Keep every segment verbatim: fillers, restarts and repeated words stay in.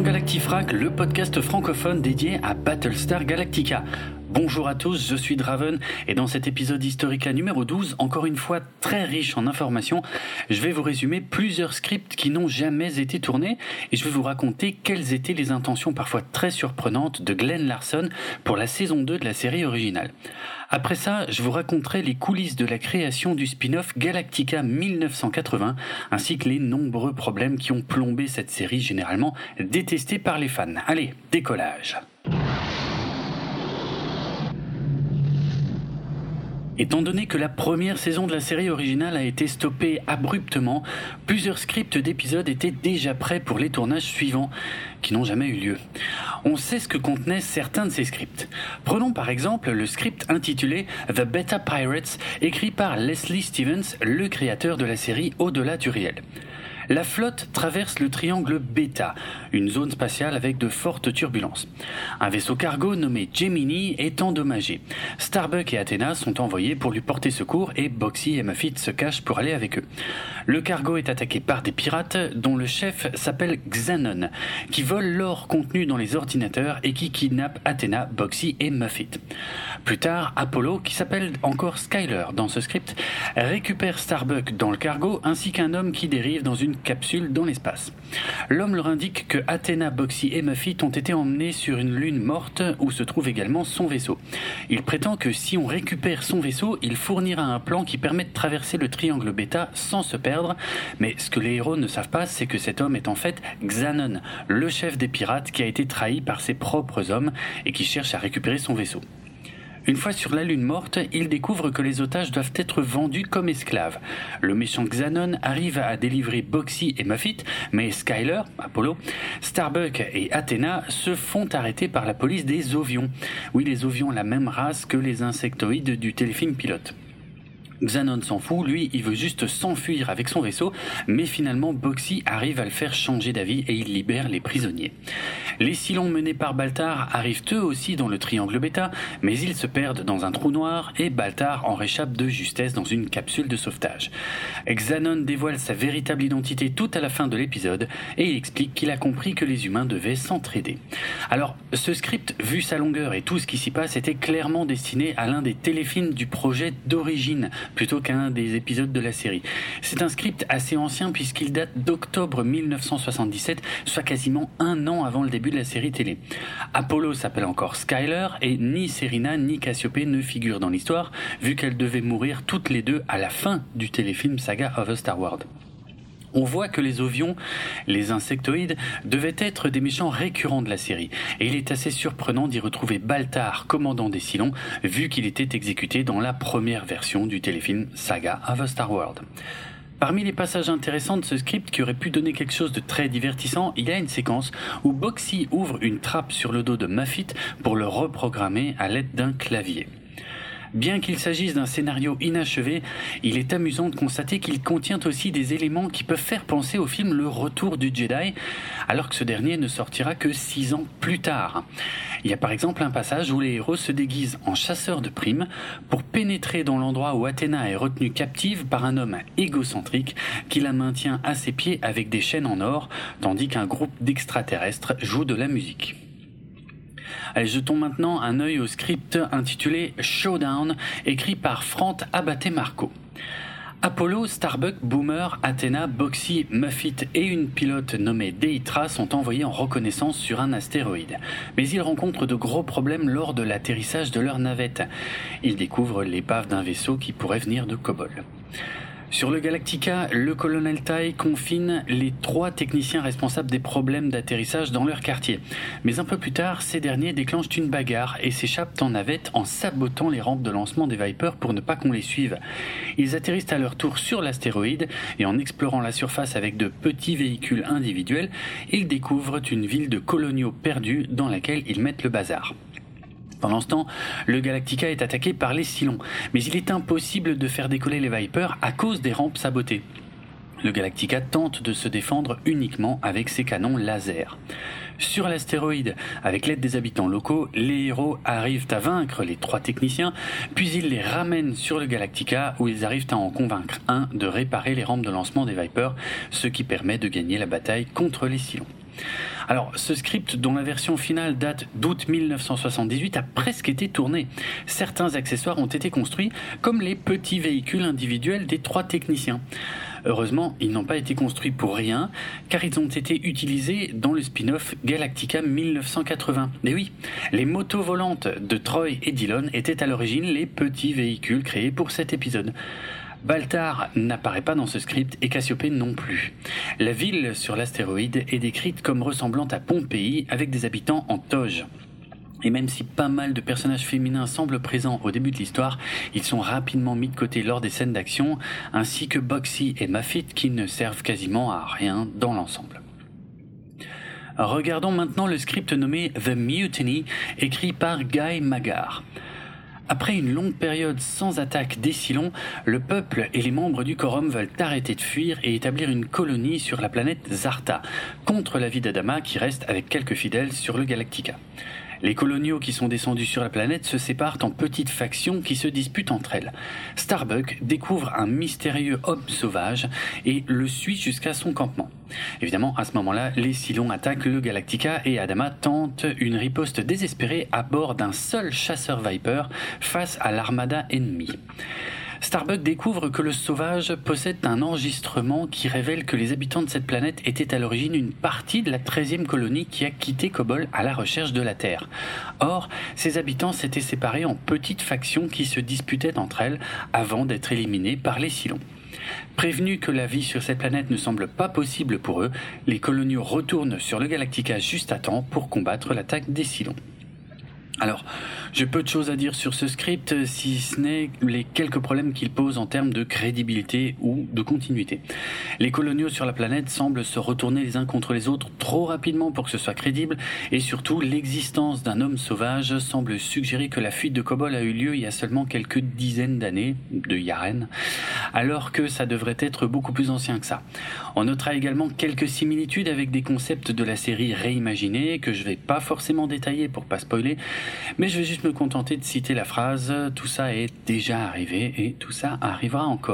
Galactifrac, le podcast francophone dédié à Battlestar Galactica. Bonjour à tous, je suis Draven et dans cet épisode Historica numéro douze, encore une fois très riche en informations, je vais vous résumer plusieurs scripts qui n'ont jamais été tournés et je vais vous raconter quelles étaient les intentions parfois très surprenantes de Glenn Larson pour la saison deux de la série originale. Après ça, je vous raconterai les coulisses de la création du spin-off Galactica mille neuf cent quatre-vingts ainsi que les nombreux problèmes qui ont plombé cette série généralement détestée par les fans. Allez, décollage! Étant donné que la première saison de la série originale a été stoppée abruptement, plusieurs scripts d'épisodes étaient déjà prêts pour les tournages suivants, qui n'ont jamais eu lieu. On sait ce que contenaient certains de ces scripts. Prenons par exemple le script intitulé The Beta Pirates, écrit par Leslie Stevens, le créateur de la série Au-delà du réel. La flotte traverse le triangle Beta, une zone spatiale avec de fortes turbulences. Un vaisseau cargo nommé Gemini est endommagé. Starbuck et Athena sont envoyés pour lui porter secours et Boxy et Muffet se cachent pour aller avec eux. Le cargo est attaqué par des pirates dont le chef s'appelle Xanon, qui vole l'or contenu dans les ordinateurs et qui kidnappe Athena, Boxy et Muffet. Plus tard, Apollo, qui s'appelle encore Skyler dans ce script, récupère Starbuck dans le cargo ainsi qu'un homme qui dérive dans une capsule dans l'espace. L'homme leur indique que Athena, Boxy et Muffet ont été emmenés sur une lune morte où se trouve également son vaisseau. Il prétend que si on récupère son vaisseau, il fournira un plan qui permet de traverser le triangle Beta sans se perdre, mais ce que les héros ne savent pas, c'est que cet homme est en fait Xanon, le chef des pirates qui a été trahi par ses propres hommes et qui cherche à récupérer son vaisseau. Une fois sur la lune morte, il découvre que les otages doivent être vendus comme esclaves. Le méchant Xanon arrive à délivrer Boxy et Muffet, mais Skyler, Apollo, Starbuck et Athena se font arrêter par la police des Ovions. Oui, les Ovions, la même race que les insectoïdes du téléfilm pilote. Xanon s'en fout, lui il veut juste s'enfuir avec son vaisseau, mais finalement Boxy arrive à le faire changer d'avis et il libère les prisonniers. Les Cylons menés par Baltar arrivent eux aussi dans le triangle Beta, mais ils se perdent dans un trou noir et Baltar en réchappe de justesse dans une capsule de sauvetage. Xanon dévoile sa véritable identité tout à la fin de l'épisode et il explique qu'il a compris que les humains devaient s'entraider. Alors, ce script, vu sa longueur et tout ce qui s'y passe, était clairement destiné à l'un des téléfilms du projet d'origine, plutôt qu'un des épisodes de la série. C'est un script assez ancien puisqu'il date d'octobre mille neuf cent soixante-dix-sept, soit quasiment un an avant le début de la série télé. Apollo s'appelle encore Skyler et ni Serena ni Cassiopée ne figurent dans l'histoire, vu qu'elles devaient mourir toutes les deux à la fin du téléfilm Saga of a Star World. On voit que les Ovions, les insectoïdes, devaient être des méchants récurrents de la série, et il est assez surprenant d'y retrouver Baltar, commandant des Cylons, vu qu'il était exécuté dans la première version du téléfilm Saga of a Star World. Parmi les passages intéressants de ce script qui aurait pu donner quelque chose de très divertissant, il y a une séquence où Boxy ouvre une trappe sur le dos de Muffet pour le reprogrammer à l'aide d'un clavier. Bien qu'il s'agisse d'un scénario inachevé, il est amusant de constater qu'il contient aussi des éléments qui peuvent faire penser au film Le Retour du Jedi, alors que ce dernier ne sortira que six ans plus tard. Il y a par exemple un passage où les héros se déguisent en chasseurs de primes pour pénétrer dans l'endroit où Athéna est retenue captive par un homme égocentrique qui la maintient à ses pieds avec des chaînes en or, tandis qu'un groupe d'extraterrestres joue de la musique. Allez, jetons maintenant un œil au script intitulé Showdown, écrit par Frank Abate-Marco. Apollo, Starbuck, Boomer, Athena, Boxy, Muffet et une pilote nommée Deitra sont envoyés en reconnaissance sur un astéroïde. Mais ils rencontrent de gros problèmes lors de l'atterrissage de leur navette. Ils découvrent l'épave d'un vaisseau qui pourrait venir de Kobol. Sur le Galactica, le colonel Tai confine les trois techniciens responsables des problèmes d'atterrissage dans leur quartier. Mais un peu plus tard, ces derniers déclenchent une bagarre et s'échappent en navette en sabotant les rampes de lancement des Vipers pour ne pas qu'on les suive. Ils atterrissent à leur tour sur l'astéroïde et en explorant la surface avec de petits véhicules individuels, ils découvrent une ville de coloniaux perdus dans laquelle ils mettent le bazar. Pendant ce temps, le Galactica est attaqué par les Cylons, mais il est impossible de faire décoller les Vipers à cause des rampes sabotées. Le Galactica tente de se défendre uniquement avec ses canons laser. Sur l'astéroïde, avec l'aide des habitants locaux, les héros arrivent à vaincre les trois techniciens, puis ils les ramènent sur le Galactica où ils arrivent à en convaincre un de réparer les rampes de lancement des Vipers, ce qui permet de gagner la bataille contre les Cylons. Alors, ce script, dont la version finale date d'août mille neuf cent soixante-dix-huit, a presque été tourné. Certains accessoires ont été construits, comme les petits véhicules individuels des trois techniciens. Heureusement, ils n'ont pas été construits pour rien, car ils ont été utilisés dans le spin-off Galactica mille neuf cent quatre-vingts. Et oui, les motos volantes de Troy et Dillon étaient à l'origine les petits véhicules créés pour cet épisode. Baltar n'apparaît pas dans ce script et Cassiopée non plus. La ville sur l'astéroïde est décrite comme ressemblant à Pompéi avec des habitants en toge. Et même si pas mal de personnages féminins semblent présents au début de l'histoire, ils sont rapidement mis de côté lors des scènes d'action, ainsi que Boxy et Mafit qui ne servent quasiment à rien dans l'ensemble. Regardons maintenant le script nommé The Mutiny, écrit par Guy Magar. Après une longue période sans attaque des Cylons, le peuple et les membres du Quorum veulent arrêter de fuir et établir une colonie sur la planète Zarta, contre l'avis d'Adama qui reste avec quelques fidèles sur le Galactica. Les coloniaux qui sont descendus sur la planète se séparent en petites factions qui se disputent entre elles. Starbuck découvre un mystérieux homme sauvage et le suit jusqu'à son campement. Évidemment, à ce moment-là, les Cylons attaquent le Galactica et Adama tente une riposte désespérée à bord d'un seul chasseur Viper face à l'armada ennemie. Starbuck découvre que le sauvage possède un enregistrement qui révèle que les habitants de cette planète étaient à l'origine une partie de la treizième colonie qui a quitté Kobol à la recherche de la Terre. Or, ces habitants s'étaient séparés en petites factions qui se disputaient entre elles avant d'être éliminés par les Cylons. Prévenus que la vie sur cette planète ne semble pas possible pour eux, les coloniaux retournent sur le Galactica juste à temps pour combattre l'attaque des Cylons. Alors, j'ai peu de choses à dire sur ce script, si ce n'est les quelques problèmes qu'il pose en termes de crédibilité ou de continuité. Les coloniaux sur la planète semblent se retourner les uns contre les autres trop rapidement pour que ce soit crédible, et surtout, l'existence d'un homme sauvage semble suggérer que la fuite de Kobol a eu lieu il y a seulement quelques dizaines d'années, de Yaren, alors que ça devrait être beaucoup plus ancien que ça. On notera également quelques similitudes avec des concepts de la série réimaginée, que je vais pas forcément détailler pour pas spoiler, mais je vais juste me contenter de citer la phrase « Tout ça est déjà arrivé et tout ça arrivera encore ».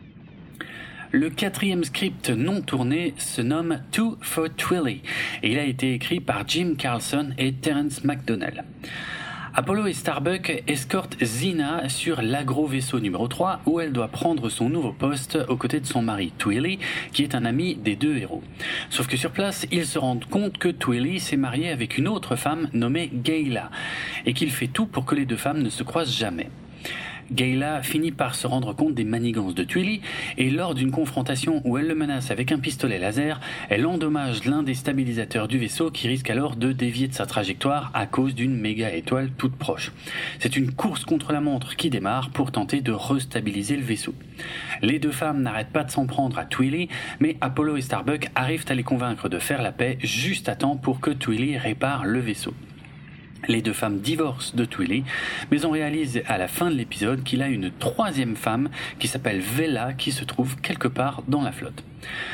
Le quatrième script non tourné se nomme Two for Twilly et il a été écrit par Jim Carlson et Terence McDonnell. Apollo et Starbuck escortent Zina sur l'agro-vaisseau numéro trois où elle doit prendre son nouveau poste aux côtés de son mari Twilly, qui est un ami des deux héros. Sauf que sur place, ils se rendent compte que Twilly s'est marié avec une autre femme nommée Gayla et qu'il fait tout pour que les deux femmes ne se croisent jamais. Gayla finit par se rendre compte des manigances de Twilly et lors d'une confrontation où elle le menace avec un pistolet laser, elle endommage l'un des stabilisateurs du vaisseau qui risque alors de dévier de sa trajectoire à cause d'une méga étoile toute proche. C'est une course contre la montre qui démarre pour tenter de restabiliser le vaisseau. Les deux femmes n'arrêtent pas de s'en prendre à Twilly, mais Apollo et Starbuck arrivent à les convaincre de faire la paix juste à temps pour que Twilly répare le vaisseau. Les deux femmes divorcent de Twilly, mais on réalise à la fin de l'épisode qu'il a une troisième femme qui s'appelle Vela qui se trouve quelque part dans la flotte.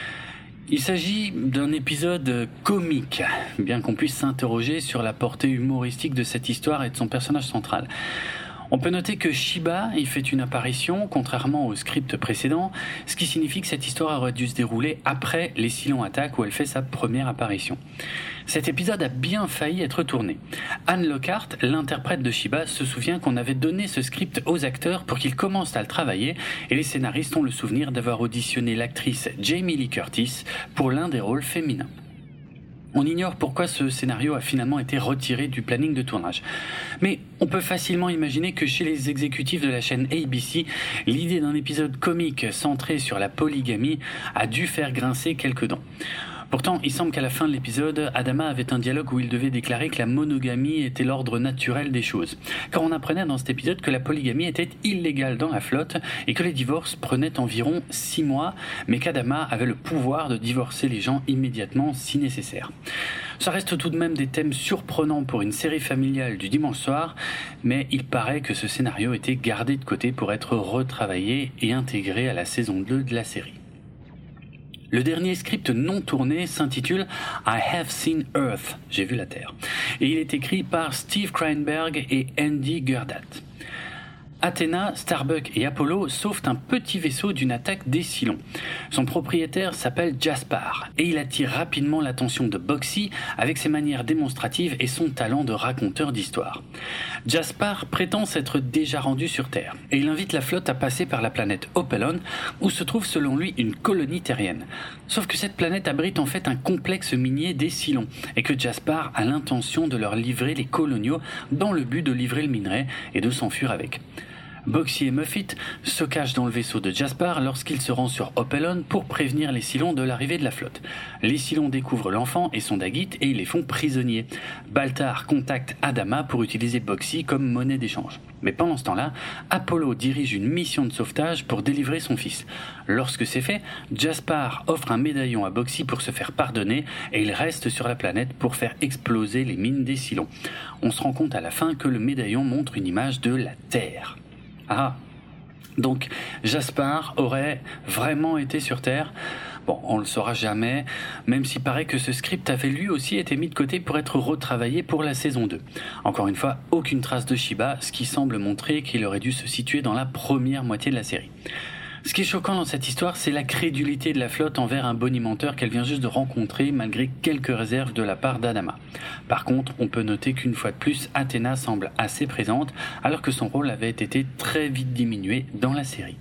Il s'agit d'un épisode comique, bien qu'on puisse s'interroger sur la portée humoristique de cette histoire et de son personnage central. On peut noter que Shiba y fait une apparition, contrairement au script précédent, ce qui signifie que cette histoire aurait dû se dérouler après les Cylons attaquent où elle fait sa première apparition. Cet épisode a bien failli être tourné. Anne Lockhart, l'interprète de Shiba, se souvient qu'on avait donné ce script aux acteurs pour qu'ils commencent à le travailler et les scénaristes ont le souvenir d'avoir auditionné l'actrice Jamie Lee Curtis pour l'un des rôles féminins. On ignore pourquoi ce scénario a finalement été retiré du planning de tournage. Mais on peut facilement imaginer que chez les exécutifs de la chaîne A B C, l'idée d'un épisode comique centré sur la polygamie a dû faire grincer quelques dents. Pourtant, il semble qu'à la fin de l'épisode, Adama avait un dialogue où il devait déclarer que la monogamie était l'ordre naturel des choses. Car on apprenait dans cet épisode que la polygamie était illégale dans la flotte et que les divorces prenaient environ six mois, mais qu'Adama avait le pouvoir de divorcer les gens immédiatement si nécessaire. Ça reste tout de même des thèmes surprenants pour une série familiale du dimanche soir, mais il paraît que ce scénario était gardé de côté pour être retravaillé et intégré à la saison deux de la série. Le dernier script non tourné s'intitule I Have Seen Earth, j'ai vu la Terre, et il est écrit par Steve Kreinberg et Andy Gurdat. Athéna, Starbuck et Apollo sauvent un petit vaisseau d'une attaque des Cylons. Son propriétaire s'appelle Jaspar et il attire rapidement l'attention de Boxy avec ses manières démonstratives et son talent de raconteur d'histoire. Jaspar prétend s'être déjà rendu sur Terre et il invite la flotte à passer par la planète Opelon où se trouve selon lui une colonie terrienne. Sauf que cette planète abrite en fait un complexe minier des Cylons et que Jaspar a l'intention de leur livrer les coloniaux dans le but de livrer le minerai et de s'enfuir avec. Boxy et Muffet se cachent dans le vaisseau de Jaspar lorsqu'il se rend sur Opelon pour prévenir les Cylons de l'arrivée de la flotte. Les Cylons découvrent l'enfant et son Daguite et ils les font prisonniers. Baltar contacte Adama pour utiliser Boxy comme monnaie d'échange. Mais pendant ce temps-là, Apollo dirige une mission de sauvetage pour délivrer son fils. Lorsque c'est fait, Jaspar offre un médaillon à Boxy pour se faire pardonner et il reste sur la planète pour faire exploser les mines des Cylons. On se rend compte à la fin que le médaillon montre une image de la Terre. Ah, donc Jaspar aurait vraiment été sur Terre. Bon, on le saura jamais, même s'il paraît que ce script avait lui aussi été mis de côté pour être retravaillé pour la saison deux. Encore une fois, aucune trace de Shiba, ce qui semble montrer qu'il aurait dû se situer dans la première moitié de la série. Ce qui est choquant dans cette histoire, c'est la crédulité de la flotte envers un bonimenteur qu'elle vient juste de rencontrer malgré quelques réserves de la part d'Adama. Par contre, on peut noter qu'une fois de plus, Athéna semble assez présente alors que son rôle avait été très vite diminué dans la série.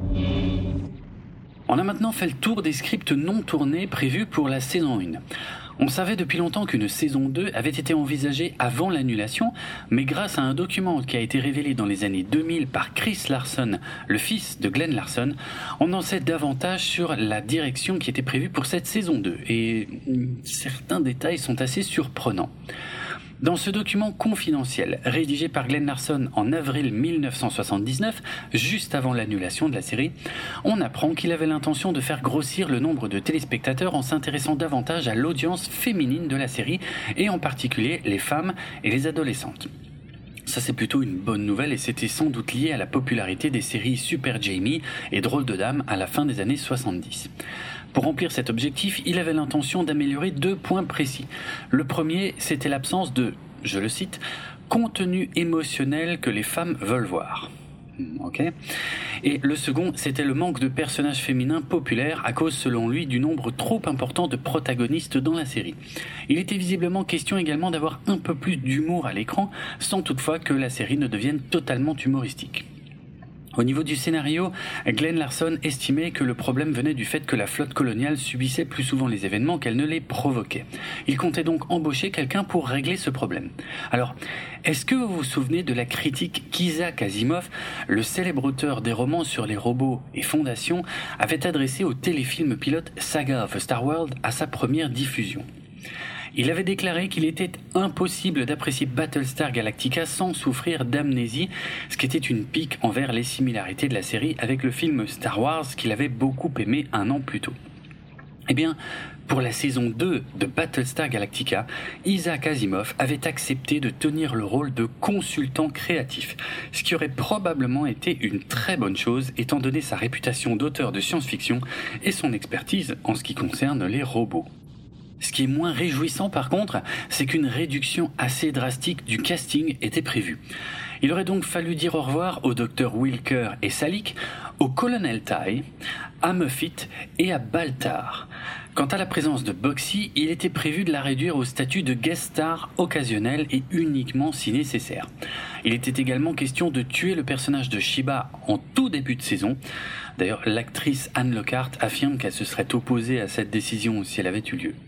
On a maintenant fait le tour des scripts non tournés prévus pour la saison un. On savait depuis longtemps qu'une saison deux avait été envisagée avant l'annulation, mais grâce à un document qui a été révélé dans les années deux mille par Chris Larson, le fils de Glenn Larson, on en sait davantage sur la direction qui était prévue pour cette saison deux, et certains détails sont assez surprenants. Dans ce document confidentiel, rédigé par Glenn Larson en avril mille neuf cent soixante-dix-neuf, juste avant l'annulation de la série, on apprend qu'il avait l'intention de faire grossir le nombre de téléspectateurs en s'intéressant davantage à l'audience féminine de la série, et en particulier les femmes et les adolescentes. Ça, c'est plutôt une bonne nouvelle et c'était sans doute lié à la popularité des séries Super Jamie et Drôle de Dame à la fin des années soixante-dix. Pour remplir cet objectif, il avait l'intention d'améliorer deux points précis. Le premier, c'était l'absence de, je le cite, « contenu émotionnel que les femmes veulent voir ». Ok. Et le second, c'était le manque de personnages féminins populaires à cause, selon lui, du nombre trop important de protagonistes dans la série. Il était visiblement question également d'avoir un peu plus d'humour à l'écran, sans toutefois que la série ne devienne totalement humoristique. Au niveau du scénario, Glenn Larson estimait que le problème venait du fait que la flotte coloniale subissait plus souvent les événements qu'elle ne les provoquait. Il comptait donc embaucher quelqu'un pour régler ce problème. Alors, est-ce que vous vous souvenez de la critique qu'Isaac Asimov, le célèbre auteur des romans sur les robots et Fondation, avait adressée au téléfilm pilote Saga of a Star World à sa première diffusion ? Il avait déclaré qu'il était impossible d'apprécier Battlestar Galactica sans souffrir d'amnésie, ce qui était une pique envers les similarités de la série avec le film Star Wars qu'il avait beaucoup aimé un an plus tôt. Eh bien, pour la saison deux de Battlestar Galactica, Isaac Asimov avait accepté de tenir le rôle de consultant créatif, ce qui aurait probablement été une très bonne chose étant donné sa réputation d'auteur de science-fiction et son expertise en ce qui concerne les robots. Ce qui est moins réjouissant par contre, c'est qu'une réduction assez drastique du casting était prévue. Il aurait donc fallu dire au revoir au docteur Wilker et Salik, au colonel Tai, à Muffet et à Baltar. Quant à la présence de Boxy, il était prévu de la réduire au statut de guest star occasionnel et uniquement si nécessaire. Il était également question de tuer le personnage de Shiba en tout début de saison. D'ailleurs, l'actrice Anne Lockhart affirme qu'elle se serait opposée à cette décision si elle avait eu lieu.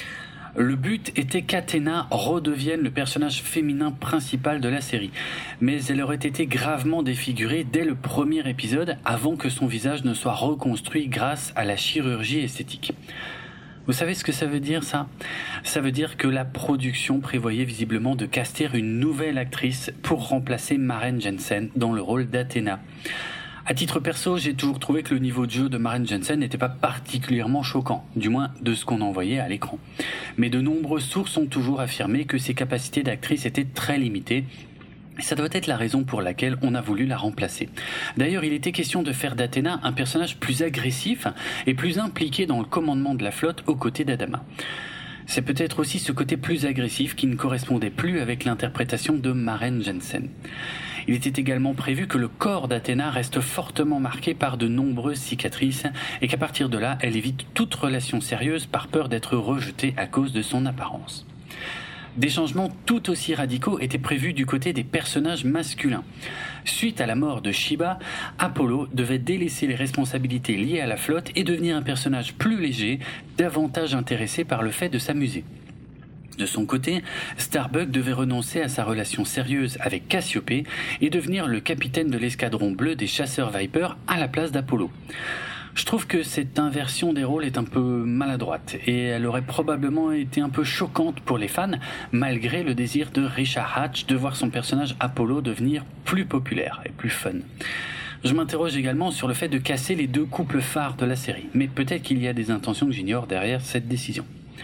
Le but était qu'Athéna redevienne le personnage féminin principal de la série, mais elle aurait été gravement défigurée dès le premier épisode avant que son visage ne soit reconstruit grâce à la chirurgie esthétique. Vous savez ce que ça veut dire, ça ? Ça veut dire que la production prévoyait visiblement de caster une nouvelle actrice pour remplacer Maren Jensen dans le rôle d'Athéna. À titre perso, j'ai toujours trouvé que le niveau de jeu de Maren Jensen n'était pas particulièrement choquant, du moins de ce qu'on en voyait à l'écran. Mais de nombreuses sources ont toujours affirmé que ses capacités d'actrice étaient très limitées, et ça doit être la raison pour laquelle on a voulu la remplacer. D'ailleurs, il était question de faire d'Athéna un personnage plus agressif et plus impliqué dans le commandement de la flotte aux côtés d'Adama. C'est peut-être aussi ce côté plus agressif qui ne correspondait plus avec l'interprétation de Maren Jensen. Il était également prévu que le corps d'Athéna reste fortement marqué par de nombreuses cicatrices et qu'à partir de là, elle évite toute relation sérieuse par peur d'être rejetée à cause de son apparence. Des changements tout aussi radicaux étaient prévus du côté des personnages masculins. Suite à la mort de Shiba, Apollo devait délaisser les responsabilités liées à la flotte et devenir un personnage plus léger, davantage intéressé par le fait de s'amuser. De son côté, Starbuck devait renoncer à sa relation sérieuse avec Cassiopée et devenir le capitaine de l'escadron bleu des chasseurs Viper à la place d'Apollo. Je trouve que cette inversion des rôles est un peu maladroite et elle aurait probablement été un peu choquante pour les fans, malgré le désir de Richard Hatch de voir son personnage Apollo devenir plus populaire et plus fun. Je m'interroge également sur le fait de casser les deux couples phares de la série, mais peut-être qu'il y a des intentions que j'ignore derrière cette décision.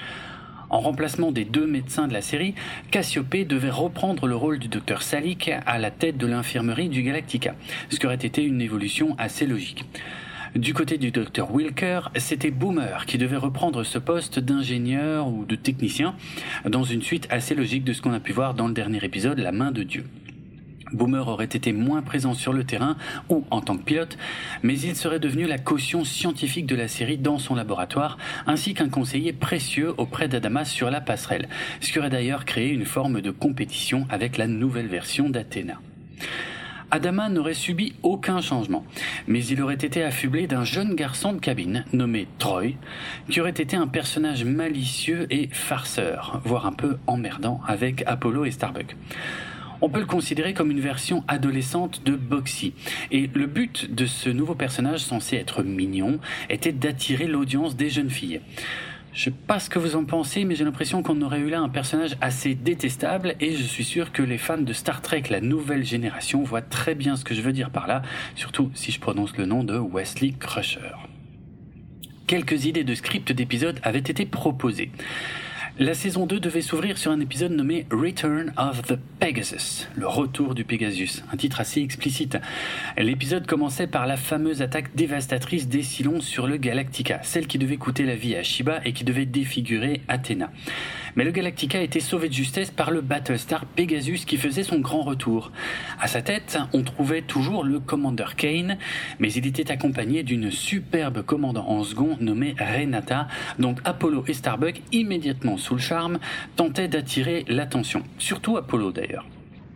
En remplacement des deux médecins de la série, Cassiopée devait reprendre le rôle du docteur Salik à la tête de l'infirmerie du Galactica, ce qui aurait été une évolution assez logique. Du côté du docteur Wilker, c'était Boomer qui devait reprendre ce poste d'ingénieur ou de technicien, dans une suite assez logique de ce qu'on a pu voir dans le dernier épisode, La main de Dieu. Boomer aurait été moins présent sur le terrain ou en tant que pilote, mais il serait devenu la caution scientifique de la série dans son laboratoire, ainsi qu'un conseiller précieux auprès d'Adama sur la passerelle, ce qui aurait d'ailleurs créé une forme de compétition avec la nouvelle version d'Athéna. Adama n'aurait subi aucun changement, mais il aurait été affublé d'un jeune garçon de cabine nommé Troy, qui aurait été un personnage malicieux et farceur, voire un peu emmerdant avec Apollo et Starbuck. On peut le considérer comme une version adolescente de Boxy, et le but de ce nouveau personnage censé être mignon était d'attirer l'audience des jeunes filles. Je sais pas ce que vous en pensez, mais j'ai l'impression qu'on aurait eu là un personnage assez détestable et je suis sûr que les fans de Star Trek, la nouvelle génération, voient très bien ce que je veux dire par là, surtout si je prononce le nom de Wesley Crusher. Quelques idées de script d'épisodes avaient été proposées. La saison deux devait s'ouvrir sur un épisode nommé Return of the Pegasus, le retour du Pegasus, un titre assez explicite. L'épisode commençait par la fameuse attaque dévastatrice des Cylons sur le Galactica, celle qui devait coûter la vie à Shiba et qui devait défigurer Athéna. Mais le Galactica était sauvé de justesse par le Battlestar Pegasus qui faisait son grand retour. À sa tête, on trouvait toujours le Commander Kane, mais il était accompagné d'une superbe commandant en second nommée Renata, dont Apollo et Starbuck, immédiatement sous le charme, tentaient d'attirer l'attention, surtout Apollo d'ailleurs.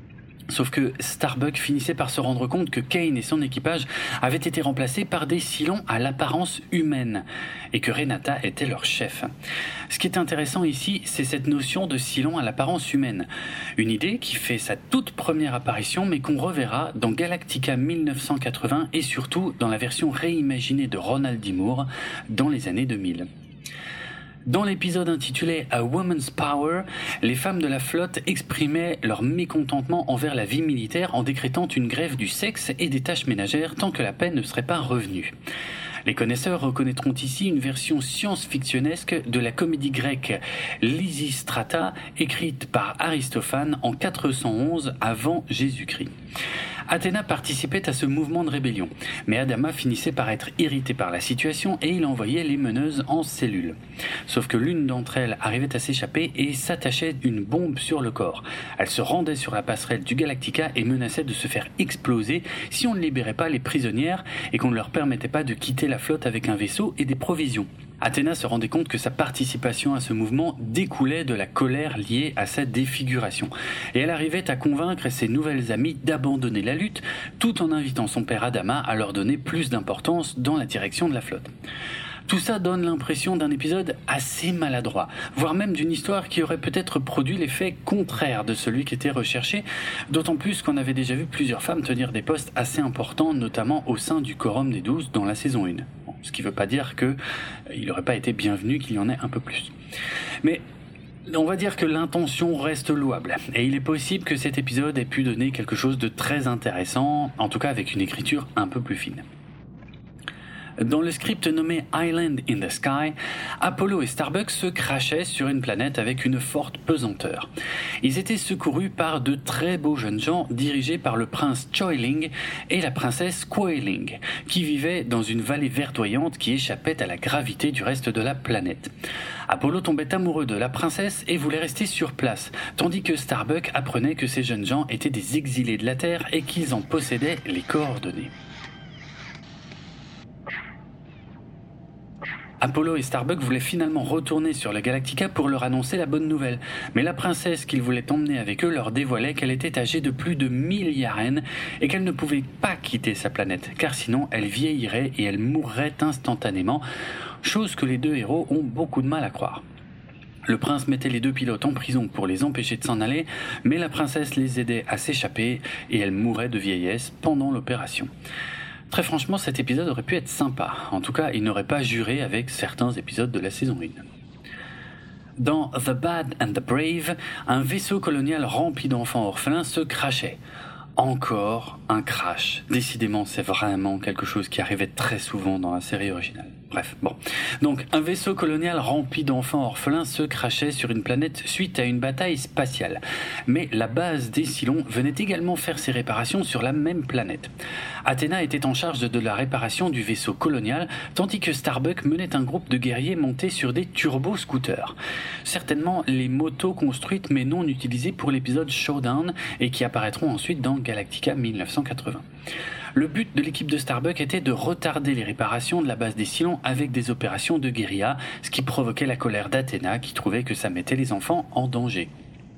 Sauf que Starbuck finissait par se rendre compte que Kane et son équipage avaient été remplacés par des Cylons à l'apparence humaine, et que Renata était leur chef. Ce qui est intéressant ici, c'est cette notion de Cylon à l'apparence humaine. Une idée qui fait sa toute première apparition, mais qu'on reverra dans Galactica mille neuf cent quatre-vingts et surtout dans la version réimaginée de Ronald D. Moore dans les années deux mille. Dans l'épisode intitulé A Woman's Power, les femmes de la flotte exprimaient leur mécontentement envers la vie militaire en décrétant une grève du sexe et des tâches ménagères tant que la paix ne serait pas revenue. Les connaisseurs reconnaîtront ici une version science-fictionnesque de la comédie grecque Lysistrata, écrite par Aristophane en quatre cent onze avant Jésus-Christ. Athéna participait à ce mouvement de rébellion, mais Adama finissait par être irrité par la situation et il envoyait les meneuses en cellule. Sauf que l'une d'entre elles arrivait à s'échapper et s'attachait une bombe sur le corps. Elle se rendait sur la passerelle du Galactica et menaçait de se faire exploser si on ne libérait pas les prisonnières et qu'on ne leur permettait pas de quitter la flotte avec un vaisseau et des provisions. Athéna se rendait compte que sa participation à ce mouvement découlait de la colère liée à sa défiguration. Et elle arrivait à convaincre ses nouvelles amies d'abandonner la lutte, tout en invitant son père Adama à leur donner plus d'importance dans la direction de la flotte. Tout ça donne l'impression d'un épisode assez maladroit, voire même d'une histoire qui aurait peut-être produit l'effet contraire de celui qui était recherché, d'autant plus qu'on avait déjà vu plusieurs femmes tenir des postes assez importants, notamment au sein du Quorum des Douze dans la saison un. Bon, ce qui ne veut pas dire qu'il n'aurait pas été bienvenu qu'il y en ait un peu plus. Mais on va dire que l'intention reste louable, et il est possible que cet épisode ait pu donner quelque chose de très intéressant, en tout cas avec une écriture un peu plus fine. Dans le script nommé Island in the Sky, Apollo et Starbuck se crachaient sur une planète avec une forte pesanteur. Ils étaient secourus par de très beaux jeunes gens dirigés par le prince Choiling et la princesse Quailing, qui vivaient dans une vallée verdoyante qui échappait à la gravité du reste de la planète. Apollo tombait amoureux de la princesse et voulait rester sur place, tandis que Starbuck apprenait que ces jeunes gens étaient des exilés de la Terre et qu'ils en possédaient les coordonnées. Apollo et Starbuck voulaient finalement retourner sur le Galactica pour leur annoncer la bonne nouvelle, mais la princesse qu'ils voulaient emmener avec eux leur dévoilait qu'elle était âgée de plus de mille yaren et qu'elle ne pouvait pas quitter sa planète, car sinon elle vieillirait et elle mourrait instantanément, chose que les deux héros ont beaucoup de mal à croire. Le prince mettait les deux pilotes en prison pour les empêcher de s'en aller, mais la princesse les aidait à s'échapper et elle mourait de vieillesse pendant l'opération. Très franchement, cet épisode aurait pu être sympa. En tout cas, il n'aurait pas juré avec certains épisodes de la saison un. Dans The Bad and the Brave, un vaisseau colonial rempli d'enfants orphelins se crashait. Encore un crash. Décidément, c'est vraiment quelque chose qui arrivait très souvent dans la série originale. Bref, bon. Donc, un vaisseau colonial rempli d'enfants orphelins se crachait sur une planète suite à une bataille spatiale. Mais la base des Cylons venait également faire ses réparations sur la même planète. Athéna était en charge de la réparation du vaisseau colonial, tandis que Starbuck menait un groupe de guerriers montés sur des turbo-scooters. Certainement les motos construites mais non utilisées pour l'épisode Showdown et qui apparaîtront ensuite dans Galactica mille neuf cent quatre-vingts. Le but de l'équipe de Starbuck était de retarder les réparations de la base des Cylons avec des opérations de guérilla, ce qui provoquait la colère d'Athéna qui trouvait que ça mettait les enfants en danger.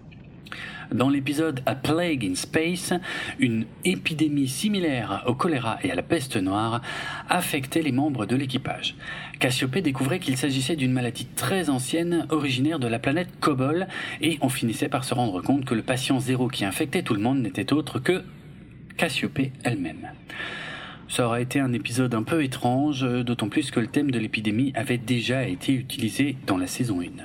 Dans l'épisode A Plague in Space, une épidémie similaire au choléra et à la peste noire affectait les membres de l'équipage. Cassiopée découvrait qu'il s'agissait d'une maladie très ancienne originaire de la planète Kobol et on finissait par se rendre compte que le patient zéro qui infectait tout le monde n'était autre que Cassiopée elle-même. Ça aurait été un épisode un peu étrange, d'autant plus que le thème de l'épidémie avait déjà été utilisé dans la saison un.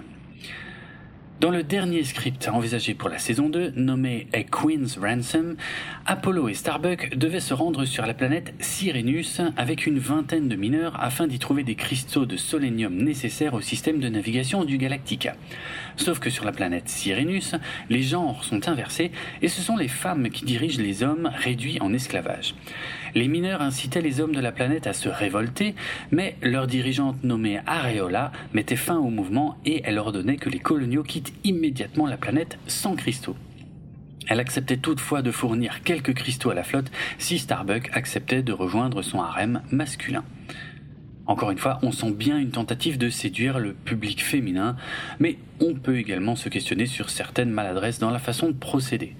Dans le dernier script envisagé pour la saison deux, nommé A Queen's Ransom, Apollo et Starbuck devaient se rendre sur la planète Sirenus avec une vingtaine de mineurs afin d'y trouver des cristaux de solénium nécessaires au système de navigation du Galactica. Sauf que sur la planète Sirenus, les genres sont inversés et ce sont les femmes qui dirigent les hommes réduits en esclavage. Les mineurs incitaient les hommes de la planète à se révolter, mais leur dirigeante nommée Areola mettait fin au mouvement et elle ordonnait que les coloniaux quittent immédiatement la planète sans cristaux. Elle acceptait toutefois de fournir quelques cristaux à la flotte si Starbuck acceptait de rejoindre son harem masculin. Encore une fois, on sent bien une tentative de séduire le public féminin, mais on peut également se questionner sur certaines maladresses dans la façon de procéder.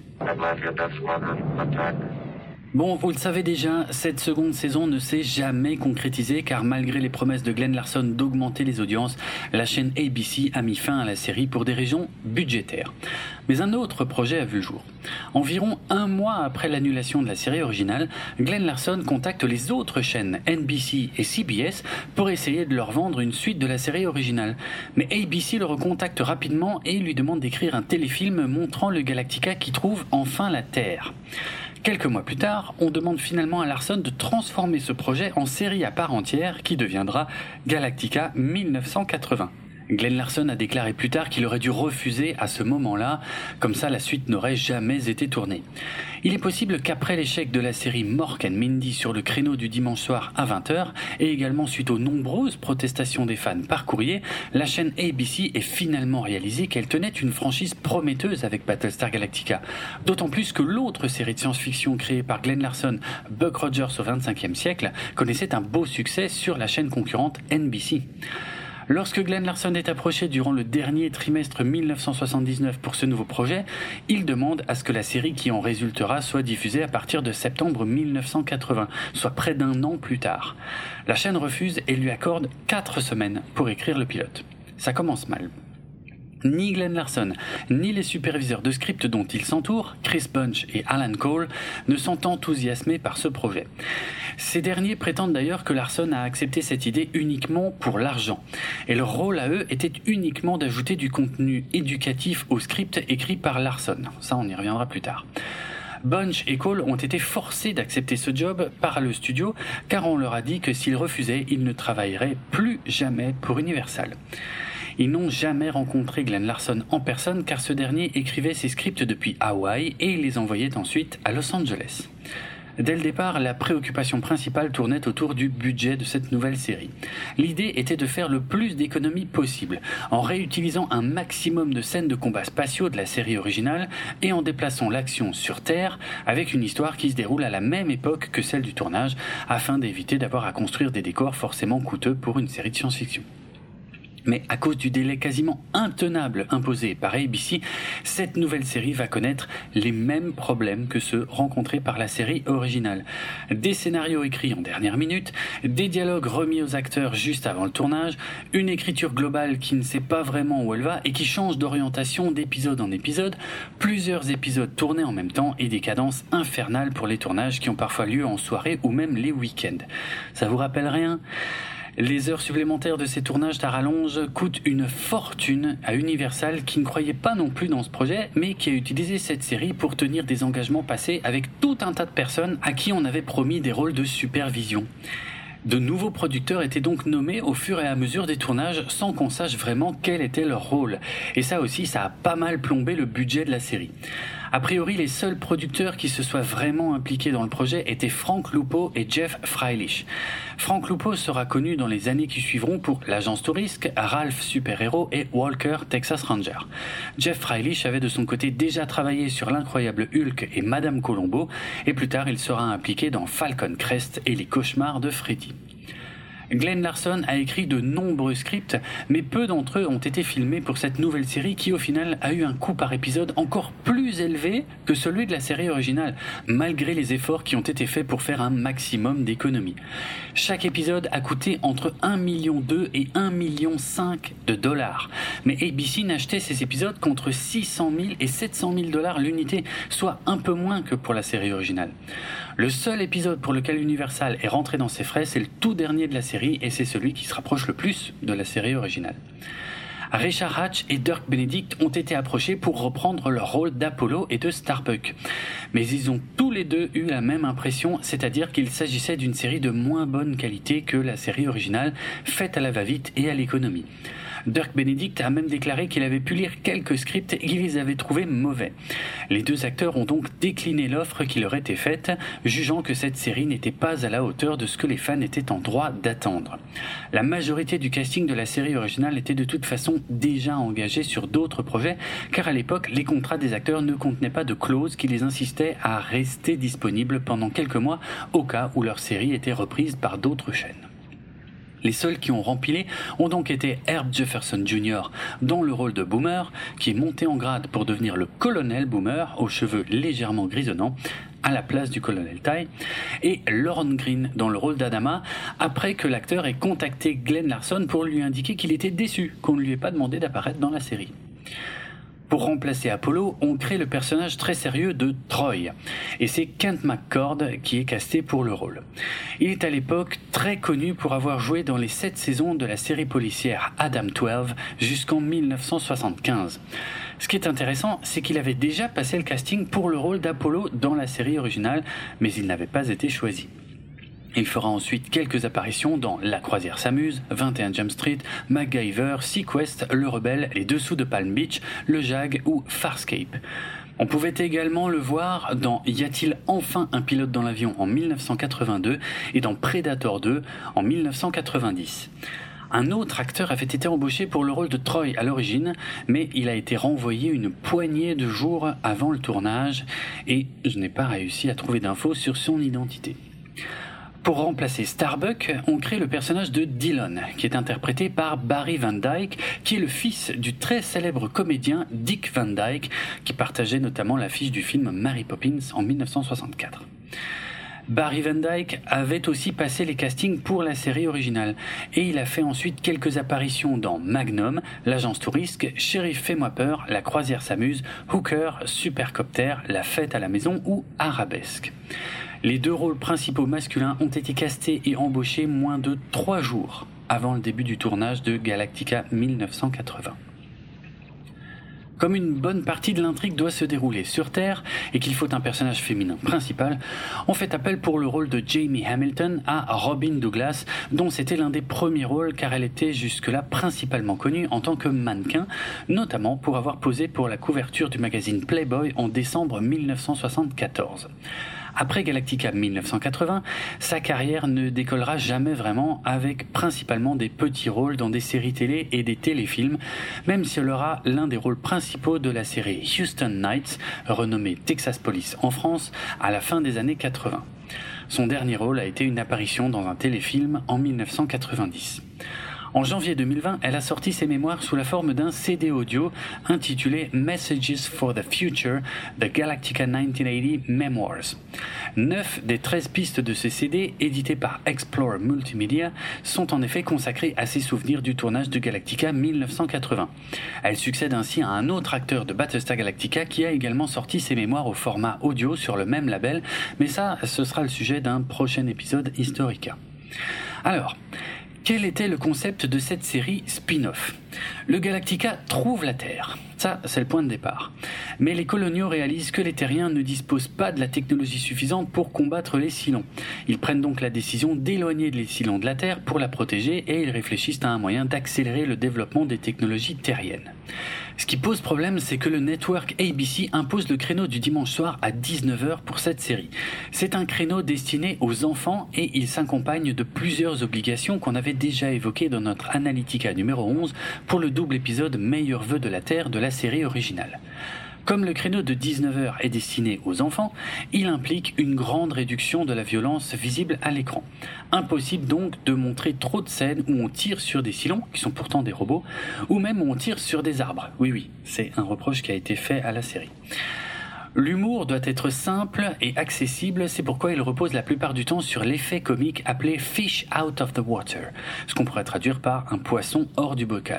Bon, vous le savez déjà, cette seconde saison ne s'est jamais concrétisée car malgré les promesses de Glenn Larson d'augmenter les audiences, la chaîne A B C a mis fin à la série pour des raisons budgétaires. Mais un autre projet a vu le jour. Environ un mois après l'annulation de la série originale, Glenn Larson contacte les autres chaînes N B C et C B S pour essayer de leur vendre une suite de la série originale. Mais A B C le recontacte rapidement et lui demande d'écrire un téléfilm montrant le Galactica qui trouve enfin la Terre. Quelques mois plus tard, on demande finalement à Larson de transformer ce projet en série à part entière qui deviendra Galactica mille neuf cent quatre-vingts. Glenn Larson a déclaré plus tard qu'il aurait dû refuser à ce moment-là, comme ça la suite n'aurait jamais été tournée. Il est possible qu'après l'échec de la série Mork and Mindy sur le créneau du dimanche soir à vingt heures, et également suite aux nombreuses protestations des fans par courrier, la chaîne A B C ait finalement réalisé qu'elle tenait une franchise prometteuse avec Battlestar Galactica. D'autant plus que l'autre série de science-fiction créée par Glenn Larson, Buck Rogers au vingt-cinquième siècle, connaissait un beau succès sur la chaîne concurrente N B C. Lorsque Glenn Larson est approché durant le dernier trimestre mille neuf cent soixante-dix-neuf pour ce nouveau projet, il demande à ce que la série qui en résultera soit diffusée à partir de septembre mille neuf cent quatre-vingts, soit près d'un an plus tard. La chaîne refuse et lui accorde quatre semaines pour écrire le pilote. Ça commence mal. Ni Glenn Larson, ni les superviseurs de script dont il s'entoure, Chris Bunch et Alan Cole, ne sont enthousiasmés par ce projet. Ces derniers prétendent d'ailleurs que Larson a accepté cette idée uniquement pour l'argent. Et leur rôle à eux était uniquement d'ajouter du contenu éducatif au script écrit par Larson. Ça, on y reviendra plus tard. Bunch et Cole ont été forcés d'accepter ce job par le studio car on leur a dit que s'ils refusaient, ils ne travailleraient plus jamais pour Universal. Ils n'ont jamais rencontré Glenn Larson en personne car ce dernier écrivait ses scripts depuis Hawaï et il les envoyait ensuite à Los Angeles. Dès le départ, la préoccupation principale tournait autour du budget de cette nouvelle série. L'idée était de faire le plus d'économies possible, en réutilisant un maximum de scènes de combats spatiaux de la série originale et en déplaçant l'action sur Terre avec une histoire qui se déroule à la même époque que celle du tournage, afin d'éviter d'avoir à construire des décors forcément coûteux pour une série de science-fiction. Mais à cause du délai quasiment intenable imposé par A B C, cette nouvelle série va connaître les mêmes problèmes que ceux rencontrés par la série originale. Des scénarios écrits en dernière minute, des dialogues remis aux acteurs juste avant le tournage, une écriture globale qui ne sait pas vraiment où elle va et qui change d'orientation d'épisode en épisode, plusieurs épisodes tournés en même temps et des cadences infernales pour les tournages qui ont parfois lieu en soirée ou même les week-ends. Ça vous rappelle rien ? Les heures supplémentaires de ces tournages à rallonge coûtent une fortune à Universal qui ne croyait pas non plus dans ce projet, mais qui a utilisé cette série pour tenir des engagements passés avec tout un tas de personnes à qui on avait promis des rôles de supervision. De nouveaux producteurs étaient donc nommés au fur et à mesure des tournages sans qu'on sache vraiment quel était leur rôle. Et ça aussi, ça a pas mal plombé le budget de la série. A priori, les seuls producteurs qui se soient vraiment impliqués dans le projet étaient Frank Lupo et Jeff Freilich. Frank Lupo sera connu dans les années qui suivront pour l'Agence Tourisque, Ralph Super Hero et Walker Texas Ranger. Jeff Freilich avait de son côté déjà travaillé sur l'incroyable Hulk et Madame Colombo, et plus tard il sera impliqué dans Falcon Crest et les cauchemars de Freddy. Glenn Larson a écrit de nombreux scripts, mais peu d'entre eux ont été filmés pour cette nouvelle série qui au final a eu un coût par épisode encore plus élevé que celui de la série originale, malgré les efforts qui ont été faits pour faire un maximum d'économies. Chaque épisode a coûté entre un virgule deux million et un virgule cinq million de dollars, mais A B C n'achetait ces épisodes qu'entre six cent mille et sept cent mille dollars l'unité, soit un peu moins que pour la série originale. Le seul épisode pour lequel Universal est rentré dans ses frais, c'est le tout dernier de la série, et c'est celui qui se rapproche le plus de la série originale. Richard Hatch et Dirk Benedict ont été approchés pour reprendre leur rôle d'Apollo et de Starbuck. Mais ils ont tous les deux eu la même impression, c'est-à-dire qu'il s'agissait d'une série de moins bonne qualité que la série originale, faite à la va-vite et à l'économie. Dirk Benedict a même déclaré qu'il avait pu lire quelques scripts et qu'il les avait trouvés mauvais. Les deux acteurs ont donc décliné l'offre qui leur était faite, jugeant que cette série n'était pas à la hauteur de ce que les fans étaient en droit d'attendre. La majorité du casting de la série originale était de toute façon déjà engagée sur d'autres projets, car à l'époque, les contrats des acteurs ne contenaient pas de clause qui les incitait à rester disponibles pendant quelques mois au cas où leur série était reprise par d'autres chaînes. Les seuls qui ont rempilé ont donc été Herb Jefferson junior dans le rôle de Boomer, qui est monté en grade pour devenir le colonel Boomer, aux cheveux légèrement grisonnants, à la place du colonel Ty, et Lorne Green dans le rôle d'Adama, après que l'acteur ait contacté Glenn Larson pour lui indiquer qu'il était déçu qu'on ne lui ait pas demandé d'apparaître dans la série. Pour remplacer Apollo, on crée le personnage très sérieux de Troy, et c'est Kent McCord qui est casté pour le rôle. Il est à l'époque très connu pour avoir joué dans les sept saisons de la série policière Adam douze jusqu'en dix-neuf cent soixante-quinze. Ce qui est intéressant, c'est qu'il avait déjà passé le casting pour le rôle d'Apollo dans la série originale, mais il n'avait pas été choisi. Il fera ensuite quelques apparitions dans La Croisière s'amuse, vingt et un Jump Street, MacGyver, Sequest, Le Rebelle, Les Dessous de Palm Beach, Le Jag ou Farscape. On pouvait également le voir dans Y a-t-il enfin un pilote dans l'avion en dix-neuf cent quatre-vingt-deux et dans Predator deux en dix-neuf cent quatre-vingt-dix. Un autre acteur avait été embauché pour le rôle de Troy à l'origine, mais il a été renvoyé une poignée de jours avant le tournage et je n'ai pas réussi à trouver d'infos sur son identité. Pour remplacer Starbuck, on crée le personnage de Dillon, qui est interprété par Barry Van Dyke, qui est le fils du très célèbre comédien Dick Van Dyke, qui partageait notamment l'affiche du film Mary Poppins en dix-neuf cent soixante-quatre. Barry Van Dyke avait aussi passé les castings pour la série originale, et il a fait ensuite quelques apparitions dans Magnum, L'Agence Tourisque, Shérif Fais-moi peur, La Croisière s'amuse, Hooker, Supercopter, La Fête à la maison ou Arabesque. Les deux rôles principaux masculins ont été castés et embauchés moins de trois jours avant le début du tournage de Galactica dix-neuf cent quatre-vingts. Comme une bonne partie de l'intrigue doit se dérouler sur Terre et qu'il faut un personnage féminin principal, on fait appel pour le rôle de Jamie Hamilton à Robin Douglas, dont c'était l'un des premiers rôles car elle était jusque-là principalement connue en tant que mannequin, notamment pour avoir posé pour la couverture du magazine Playboy en décembre dix-neuf cent soixante-quatorze. Après Galactica mille neuf cent quatre-vingts, sa carrière ne décollera jamais vraiment, avec principalement des petits rôles dans des séries télé et des téléfilms, même si elle aura l'un des rôles principaux de la série Houston Nights, renommée Texas Police en France, à la fin des années quatre-vingts. Son dernier rôle a été une apparition dans un téléfilm en mille neuf cent quatre-vingt-dix. En janvier deux mille vingt, elle a sorti ses mémoires sous la forme d'un C D audio intitulé Messages for the Future, The Galactica dix-neuf cent quatre-vingts Memoirs. Neuf des treize pistes de ce C D, édité par Explore Multimedia, sont en effet consacrées à ses souvenirs du tournage de Galactica mille neuf cent quatre-vingts. Elle succède ainsi à un autre acteur de Battlestar Galactica qui a également sorti ses mémoires au format audio sur le même label, mais ça, ce sera le sujet d'un prochain épisode Historica. Alors, quel était le concept de cette série spin-off ? Le Galactica trouve la Terre. Ça, c'est le point de départ. Mais les coloniaux réalisent que les terriens ne disposent pas de la technologie suffisante pour combattre les Cylons. Ils prennent donc la décision d'éloigner les Cylons de la Terre pour la protéger et ils réfléchissent à un moyen d'accélérer le développement des technologies terriennes. Ce qui pose problème, c'est que le network A B C impose le créneau du dimanche soir à dix-neuf heures pour cette série. C'est un créneau destiné aux enfants et il s'accompagne de plusieurs obligations qu'on avait déjà évoquées dans notre Analytica numéro onze pour le double épisode Meilleurs vœux de la Terre de la série originale. Comme le créneau de dix-neuf heures est destiné aux enfants, il implique une grande réduction de la violence visible à l'écran. Impossible donc de montrer trop de scènes où on tire sur des Cylons, qui sont pourtant des robots, ou même où on tire sur des arbres. Oui, oui, c'est un reproche qui a été fait à la série. L'humour doit être simple et accessible, c'est pourquoi il repose la plupart du temps sur l'effet comique appelé « fish out of the water », ce qu'on pourrait traduire par « un poisson hors du bocal ».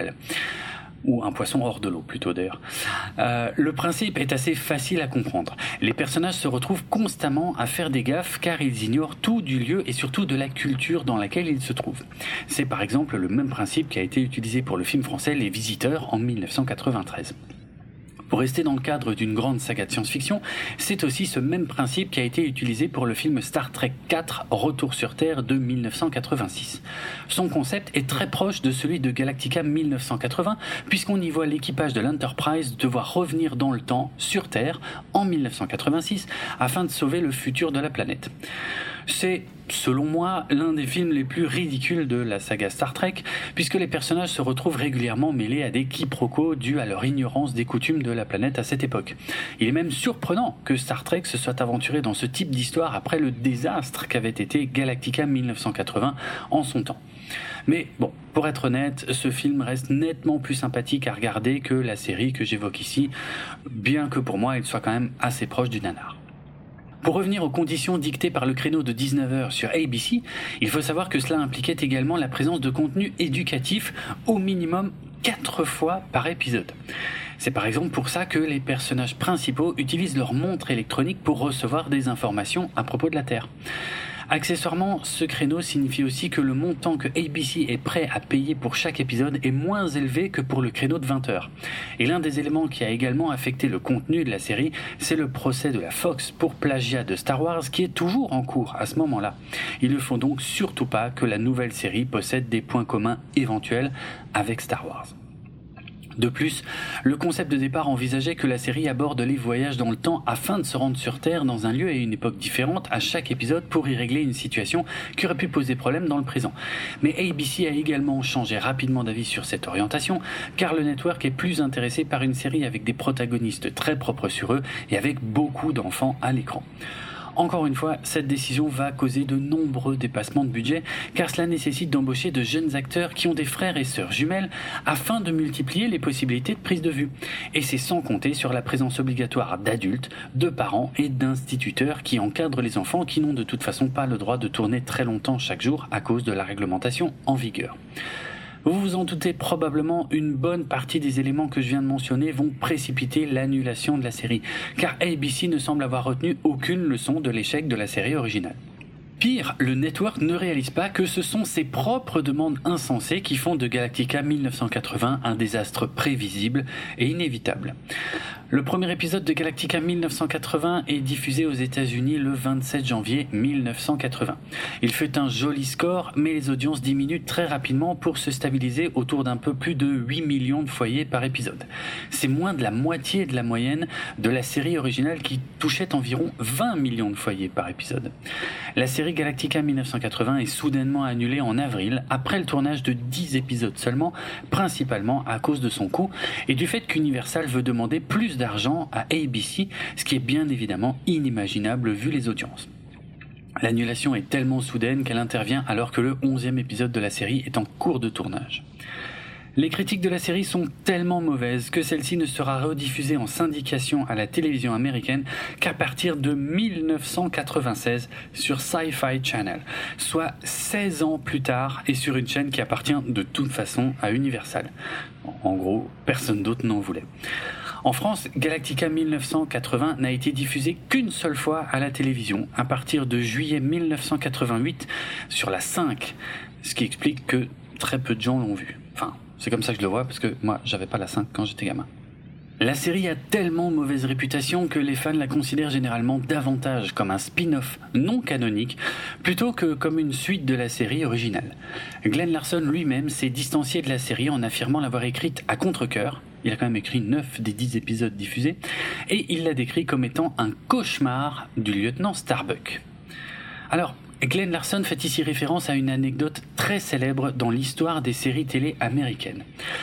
Ou un poisson hors de l'eau plutôt d'ailleurs. Euh, le principe est assez facile à comprendre. Les personnages se retrouvent constamment à faire des gaffes car ils ignorent tout du lieu et surtout de la culture dans laquelle ils se trouvent. C'est par exemple le même principe qui a été utilisé pour le film français Les Visiteurs en mille neuf cent quatre-vingt-treize. Pour rester dans le cadre d'une grande saga de science-fiction, c'est aussi ce même principe qui a été utilisé pour le film Star Trek quatre, Retour sur Terre de mille neuf cent quatre-vingt-six. Son concept est très proche de celui de Galactica mille neuf cent quatre-vingts, puisqu'on y voit l'équipage de l'Enterprise devoir revenir dans le temps, sur Terre, en mille neuf cent quatre-vingt-six, afin de sauver le futur de la planète. C'est, selon moi, l'un des films les plus ridicules de la saga Star Trek, puisque les personnages se retrouvent régulièrement mêlés à des quiproquos dus à leur ignorance des coutumes de la planète à cette époque. Il est même surprenant que Star Trek se soit aventuré dans ce type d'histoire après le désastre qu'avait été Galactica mille neuf cent quatre-vingts en son temps. Mais bon, pour être honnête, ce film reste nettement plus sympathique à regarder que la série que j'évoque ici, bien que pour moi il soit quand même assez proche du nanar. Pour revenir aux conditions dictées par le créneau de dix-neuf heures sur A B C, il faut savoir que cela impliquait également la présence de contenu éducatif au minimum quatre fois par épisode. C'est par exemple pour ça que les personnages principaux utilisent leur montre électronique pour recevoir des informations à propos de la Terre. Accessoirement, ce créneau signifie aussi que le montant que A B C est prêt à payer pour chaque épisode est moins élevé que pour le créneau de vingt heures. Et l'un des éléments qui a également affecté le contenu de la série, c'est le procès de la Fox pour plagiat de Star Wars qui est toujours en cours à ce moment-là. Il ne faut donc surtout pas que la nouvelle série possède des points communs éventuels avec Star Wars. De plus, le concept de départ envisageait que la série aborde les voyages dans le temps afin de se rendre sur Terre dans un lieu et une époque différente à chaque épisode pour y régler une situation qui aurait pu poser problème dans le présent. Mais A B C a également changé rapidement d'avis sur cette orientation car le network est plus intéressé par une série avec des protagonistes très propres sur eux et avec beaucoup d'enfants à l'écran. Encore une fois, cette décision va causer de nombreux dépassements de budget car cela nécessite d'embaucher de jeunes acteurs qui ont des frères et sœurs jumelles afin de multiplier les possibilités de prise de vue. Et c'est sans compter sur la présence obligatoire d'adultes, de parents et d'instituteurs qui encadrent les enfants qui n'ont de toute façon pas le droit de tourner très longtemps chaque jour à cause de la réglementation en vigueur. Vous vous en doutez probablement, une bonne partie des éléments que je viens de mentionner vont précipiter l'annulation de la série, car A B C ne semble avoir retenu aucune leçon de l'échec de la série originale. Pire, le network ne réalise pas que ce sont ses propres demandes insensées qui font de Galactica mille neuf cent quatre-vingts un désastre prévisible et inévitable. Le premier épisode de Galactica mille neuf cent quatre-vingts est diffusé aux États-Unis le vingt-sept janvier mille neuf cent quatre-vingts. Il fait un joli score, mais les audiences diminuent très rapidement pour se stabiliser autour d'un peu plus de huit millions de foyers par épisode. C'est moins de la moitié de la moyenne de la série originale qui touchait environ vingt millions de foyers par épisode. La série Galactica mille neuf cent quatre-vingts est soudainement annulée en avril, après le tournage de dix épisodes seulement, principalement à cause de son coût et du fait qu'Universal veut demander plus d'argent à A B C, ce qui est bien évidemment inimaginable vu les audiences. L'annulation est tellement soudaine qu'elle intervient alors que le onzième épisode de la série est en cours de tournage. Les critiques de la série sont tellement mauvaises que celle-ci ne sera rediffusée en syndication à la télévision américaine qu'à partir de mille neuf cent quatre-vingt-seize sur Sci-Fi Channel, soit seize ans plus tard et sur une chaîne qui appartient de toute façon à Universal. En gros, personne d'autre n'en voulait. En France, Galactica mille neuf cent quatre-vingts n'a été diffusé qu'une seule fois à la télévision, à partir de juillet mille neuf cent quatre-vingt-huit sur la cinq, ce qui explique que très peu de gens l'ont vu. Enfin, c'est comme ça que je le vois, parce que moi, j'avais pas la cinq quand j'étais gamin. La série a tellement mauvaise réputation que les fans la considèrent généralement davantage comme un spin-off non canonique plutôt que comme une suite de la série originale. Glenn Larson lui-même s'est distancié de la série en affirmant l'avoir écrite à contre-cœur. Il a quand même écrit neuf des dix épisodes diffusés et il l'a décrit comme étant un cauchemar du lieutenant Starbuck. Alors, Glenn Larson fait ici référence à une anecdote très célèbre dans l'histoire des séries télé américaines.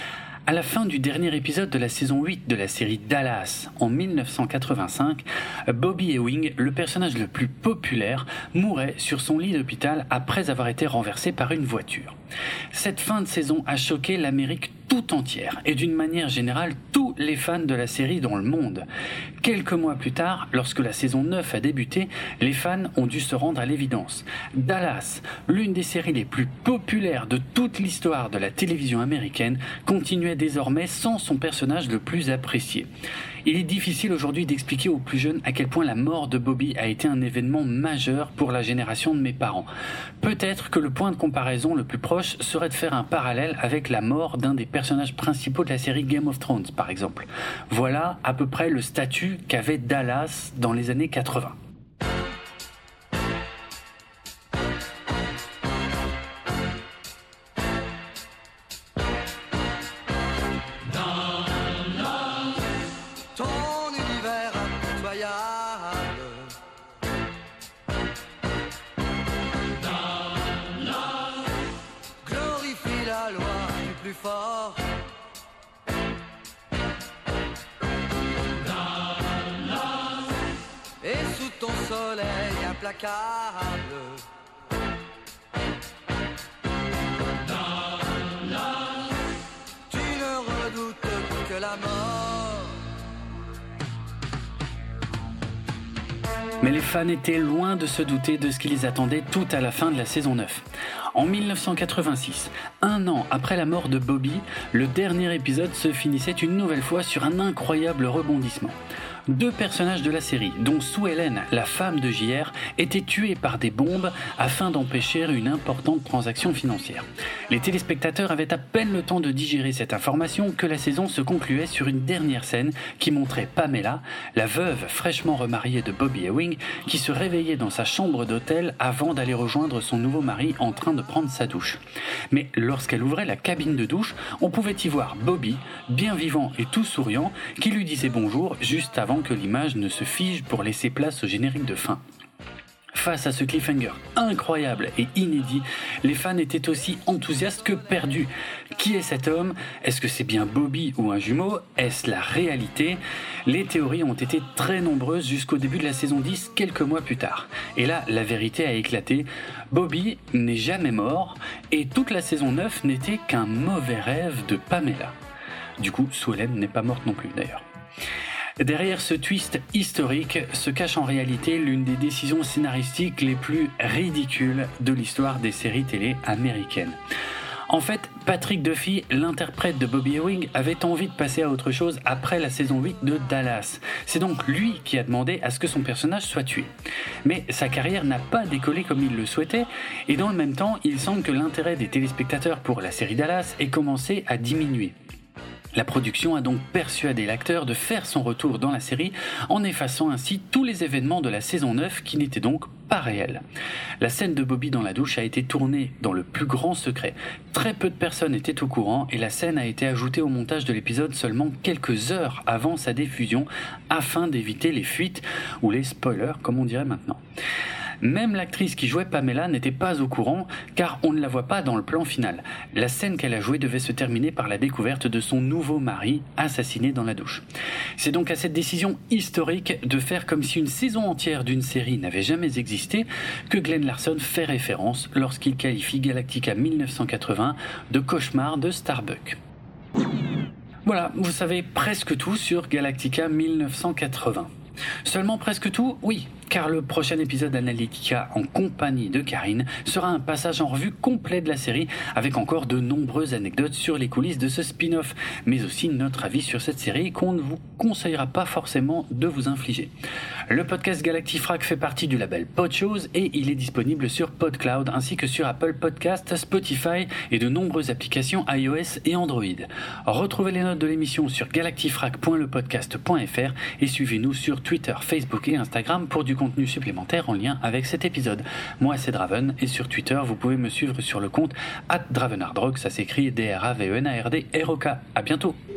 À la fin du dernier épisode de la saison huit de la série Dallas en mille neuf cent quatre-vingt-cinq, Bobby Ewing, le personnage le plus populaire, mourait sur son lit d'hôpital après avoir été renversé par une voiture. Cette fin de saison a choqué l'Amérique tout entière et d'une manière générale tous les fans de la série dans le monde. Quelques mois plus tard, lorsque la saison neuf a débuté, les fans ont dû se rendre à l'évidence. Dallas, l'une des séries les plus populaires de toute l'histoire de la télévision américaine, continuait désormais sans son personnage le plus apprécié. Il est difficile aujourd'hui d'expliquer aux plus jeunes à quel point la mort de Bobby a été un événement majeur pour la génération de mes parents. Peut-être que le point de comparaison le plus proche serait de faire un parallèle avec la mort d'un des personnages principaux de la série Game of Thrones, par exemple. Voilà à peu près le statut qu'avait Dallas dans les années quatre-vingts. Fort. Et sous ton soleil implacable, tu ne redoutes que la mort. Mais les fans étaient loin de se douter de ce qui les attendait tout à la fin de la saison neuf. En mille neuf cent quatre-vingt-six, un an après la mort de Bobby, le dernier épisode se finissait une nouvelle fois sur un incroyable rebondissement. Deux personnages de la série, dont Sue Ellen, la femme de J R, étaient tués par des bombes afin d'empêcher une importante transaction financière. Les téléspectateurs avaient à peine le temps de digérer cette information que la saison se concluait sur une dernière scène qui montrait Pamela, la veuve fraîchement remariée de Bobby Ewing, qui se réveillait dans sa chambre d'hôtel avant d'aller rejoindre son nouveau mari en train de prendre sa douche. Mais lorsqu'elle ouvrait la cabine de douche, on pouvait y voir Bobby, bien vivant et tout souriant, qui lui disait bonjour juste avant que l'image ne se fige pour laisser place au générique de fin. Face à ce cliffhanger incroyable et inédit, les fans étaient aussi enthousiastes que perdus. Qui est cet homme ? Est-ce que c'est bien Bobby ou un jumeau ? Est-ce la réalité ? Les théories ont été très nombreuses jusqu'au début de la saison dix, quelques mois plus tard. Et là, la vérité a éclaté. Bobby n'est jamais mort et toute la saison neuf n'était qu'un mauvais rêve de Pamela. Du coup, Sue Ellen n'est pas morte non plus d'ailleurs. Derrière ce twist historique se cache en réalité l'une des décisions scénaristiques les plus ridicules de l'histoire des séries télé américaines. En fait, Patrick Duffy, l'interprète de Bobby Ewing, avait envie de passer à autre chose après la saison huit de Dallas. C'est donc lui qui a demandé à ce que son personnage soit tué. Mais sa carrière n'a pas décollé comme il le souhaitait, et dans le même temps, il semble que l'intérêt des téléspectateurs pour la série Dallas ait commencé à diminuer. La production a donc persuadé l'acteur de faire son retour dans la série en effaçant ainsi tous les événements de la saison neuf qui n'étaient donc pas réels. La scène de Bobby dans la douche a été tournée dans le plus grand secret. Très peu de personnes étaient au courant et la scène a été ajoutée au montage de l'épisode seulement quelques heures avant sa diffusion afin d'éviter les fuites ou les spoilers comme on dirait maintenant. Même l'actrice qui jouait Pamela n'était pas au courant car on ne la voit pas dans le plan final. La scène qu'elle a jouée devait se terminer par la découverte de son nouveau mari assassiné dans la douche. C'est donc à cette décision historique de faire comme si une saison entière d'une série n'avait jamais existé que Glenn Larson fait référence lorsqu'il qualifie Galactica dix-neuf cent quatre-vingts de cauchemar de Starbuck. Voilà, vous savez presque tout sur Galactica dix-neuf cent quatre-vingts. Seulement presque tout, oui, car le prochain épisode d'Analytica en compagnie de Karine sera un passage en revue complet de la série avec encore de nombreuses anecdotes sur les coulisses de ce spin-off, mais aussi notre avis sur cette série qu'on ne vous conseillera pas forcément de vous infliger. Le podcast Galactifrac fait partie du label Podchose et il est disponible sur PodCloud ainsi que sur Apple Podcasts, Spotify et de nombreuses applications iOS et Android. Retrouvez les notes de l'émission sur galactifrac point le podcast point f r et suivez-nous sur Twitter, Facebook et Instagram pour du contenu supplémentaire en lien avec cet épisode. Moi c'est Draven et sur Twitter vous pouvez me suivre sur le compte arobase dravenardrock, ça s'écrit D R A V E N A R D R O K. À bientôt.